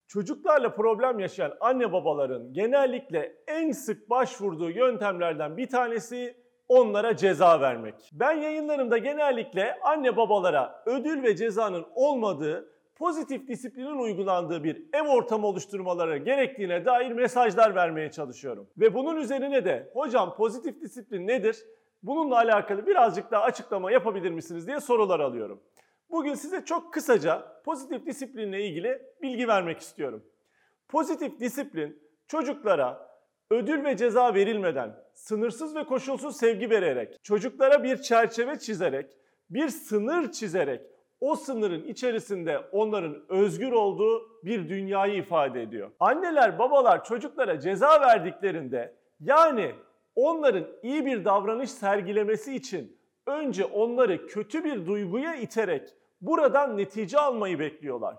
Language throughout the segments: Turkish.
Çocuklarla problem yaşayan anne babaların genellikle en sık başvurduğu yöntemlerden bir tanesi onlara ceza vermek. Ben yayınlarımda genellikle anne babalara ödül ve cezanın olmadığı, pozitif disiplinin uygulandığı bir ev ortamı oluşturmaları gerektiğine dair mesajlar vermeye çalışıyorum. Ve bunun üzerine de hocam pozitif disiplin nedir? Bununla alakalı birazcık daha açıklama yapabilir misiniz diye sorular alıyorum. Bugün size çok kısaca pozitif disiplinle ilgili bilgi vermek istiyorum. Pozitif disiplin çocuklara ödül ve ceza verilmeden, sınırsız ve koşulsuz sevgi vererek, çocuklara bir çerçeve çizerek, bir sınır çizerek o sınırın içerisinde onların özgür olduğu bir dünyayı ifade ediyor. Anneler, babalar çocuklara ceza verdiklerinde, yani onların iyi bir davranış sergilemesi için önce onları kötü bir duyguya iterek buradan netice almayı bekliyorlar.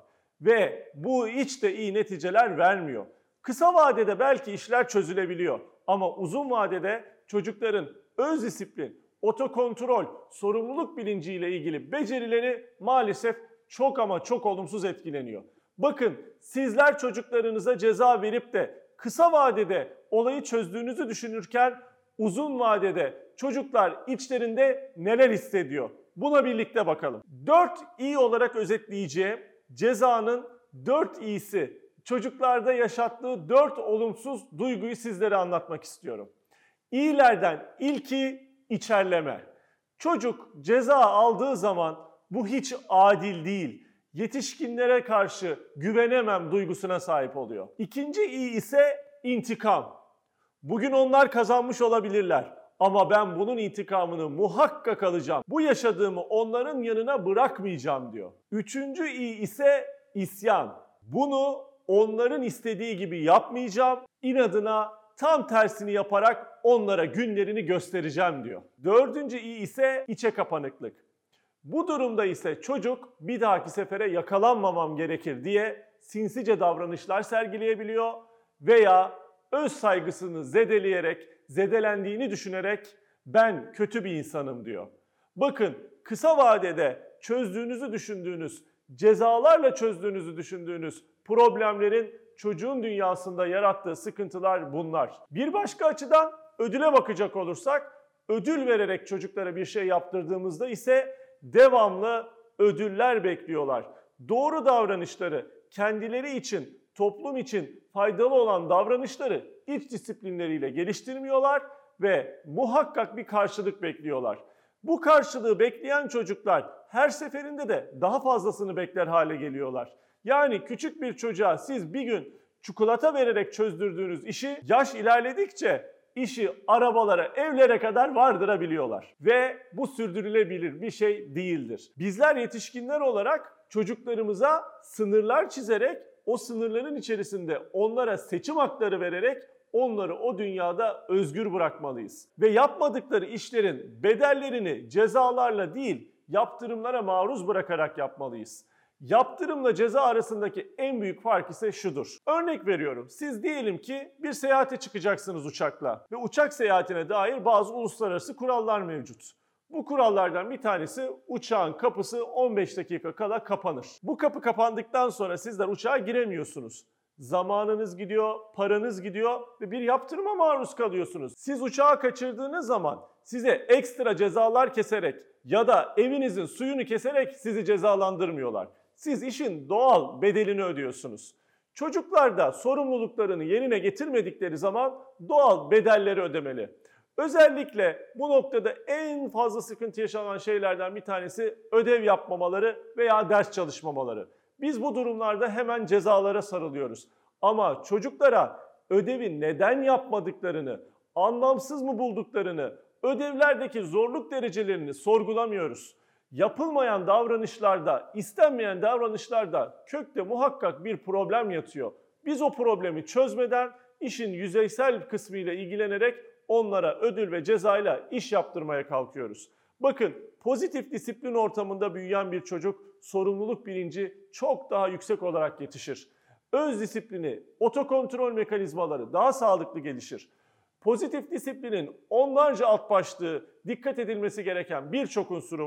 Ve bu hiç de iyi neticeler vermiyor. Kısa vadede belki işler çözülebiliyor ama uzun vadede çocukların öz disiplin, otokontrol, sorumluluk bilinciyle ilgili becerileri maalesef çok ama çok olumsuz etkileniyor. Bakın, sizler çocuklarınıza ceza verip de kısa vadede olayı çözdüğünüzü düşünürken uzun vadede çocuklar içlerinde neler hissediyor? Buna birlikte bakalım. 4 İ olarak özetleyeceğim cezanın 4 İ'si, çocuklarda yaşattığı 4 olumsuz duyguyu sizlere anlatmak istiyorum. İ'lerden ilki içerleme. Çocuk ceza aldığı zaman bu hiç adil değil, yetişkinlere karşı güvenemem duygusuna sahip oluyor. İkinci İ ise intikam. Bugün onlar kazanmış olabilirler ama ben bunun intikamını muhakkak alacağım. Bu yaşadığımı onların yanına bırakmayacağım diyor. Üçüncü İ ise isyan. Bunu onların istediği gibi yapmayacağım. İnadına tam tersini yaparak onlara günlerini göstereceğim diyor. Dördüncü İ ise içe kapanıklık. Bu durumda ise çocuk bir dahaki sefere yakalanmamam gerekir diye sinsice davranışlar sergileyebiliyor veya öz saygısını zedeleyerek, zedelendiğini düşünerek ben kötü bir insanım diyor. Bakın, kısa vadede çözdüğünüzü düşündüğünüz, cezalarla çözdüğünüzü düşündüğünüz problemlerin çocuğun dünyasında yarattığı sıkıntılar bunlar. Bir başka açıdan ödüle bakacak olursak, ödül vererek çocuklara bir şey yaptırdığımızda ise devamlı ödüller bekliyorlar. Doğru davranışları, kendileri için, toplum için faydalı olan davranışları iç disiplinleriyle geliştirmiyorlar ve muhakkak bir karşılık bekliyorlar. Bu karşılığı bekleyen çocuklar her seferinde de daha fazlasını bekler hale geliyorlar. Yani küçük bir çocuğa siz bir gün çikolata vererek çözdürdüğünüz işi yaş ilerledikçe işi arabalara, evlere kadar vardırabiliyorlar. Ve bu sürdürülebilir bir şey değildir. Bizler yetişkinler olarak çocuklarımıza sınırlar çizerek, o sınırların içerisinde onlara seçim hakları vererek onları o dünyada özgür bırakmalıyız. Ve yapmadıkları işlerin bedellerini cezalarla değil, yaptırımlara maruz bırakarak yapmalıyız. Yaptırımla ceza arasındaki en büyük fark ise şudur. Örnek veriyorum. Siz diyelim ki bir seyahate çıkacaksınız uçakla ve uçak seyahatine dair bazı uluslararası kurallar mevcut. Bu kurallardan bir tanesi uçağın kapısı 15 dakika kala kapanır. Bu kapı kapandıktan sonra sizler uçağa giremiyorsunuz. Zamanınız gidiyor, paranız gidiyor ve bir yaptırıma maruz kalıyorsunuz. Siz uçağı kaçırdığınız zaman size ekstra cezalar keserek ya da evinizin suyunu keserek sizi cezalandırmıyorlar. Siz işin doğal bedelini ödüyorsunuz. Çocuklar da sorumluluklarını yerine getirmedikleri zaman doğal bedelleri ödemeli. Özellikle bu noktada en fazla sıkıntı yaşanan şeylerden bir tanesi ödev yapmamaları veya ders çalışmamaları. Biz bu durumlarda hemen cezalara sarılıyoruz. Ama çocuklara ödevi neden yapmadıklarını, anlamsız mı bulduklarını, ödevlerdeki zorluk derecelerini sorgulamıyoruz. Yapılmayan davranışlarda, istenmeyen davranışlarda kökte muhakkak bir problem yatıyor. Biz o problemi çözmeden işin yüzeysel kısmıyla ilgilenerek onlara ödül ve cezayla iş yaptırmaya kalkıyoruz. Bakın, pozitif disiplin ortamında büyüyen bir çocuk sorumluluk bilinci çok daha yüksek olarak yetişir. Öz disiplini, otokontrol mekanizmaları daha sağlıklı gelişir. Pozitif disiplinin onlarca alt başlığı, dikkat edilmesi gereken birçok unsuru var.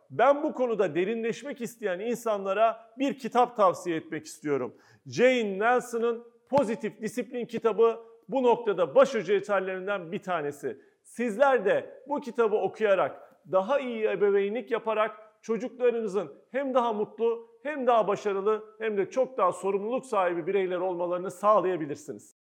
ben bu konuda derinleşmek isteyen insanlara bir kitap tavsiye etmek istiyorum. Jane Nelson'ın Pozitif Disiplin kitabı bu noktada başucu eserlerinden bir tanesi. Sizler de bu kitabı okuyarak, daha iyi ebeveynlik yaparak çocuklarınızın hem daha mutlu, hem daha başarılı, hem de çok daha sorumluluk sahibi bireyler olmalarını sağlayabilirsiniz.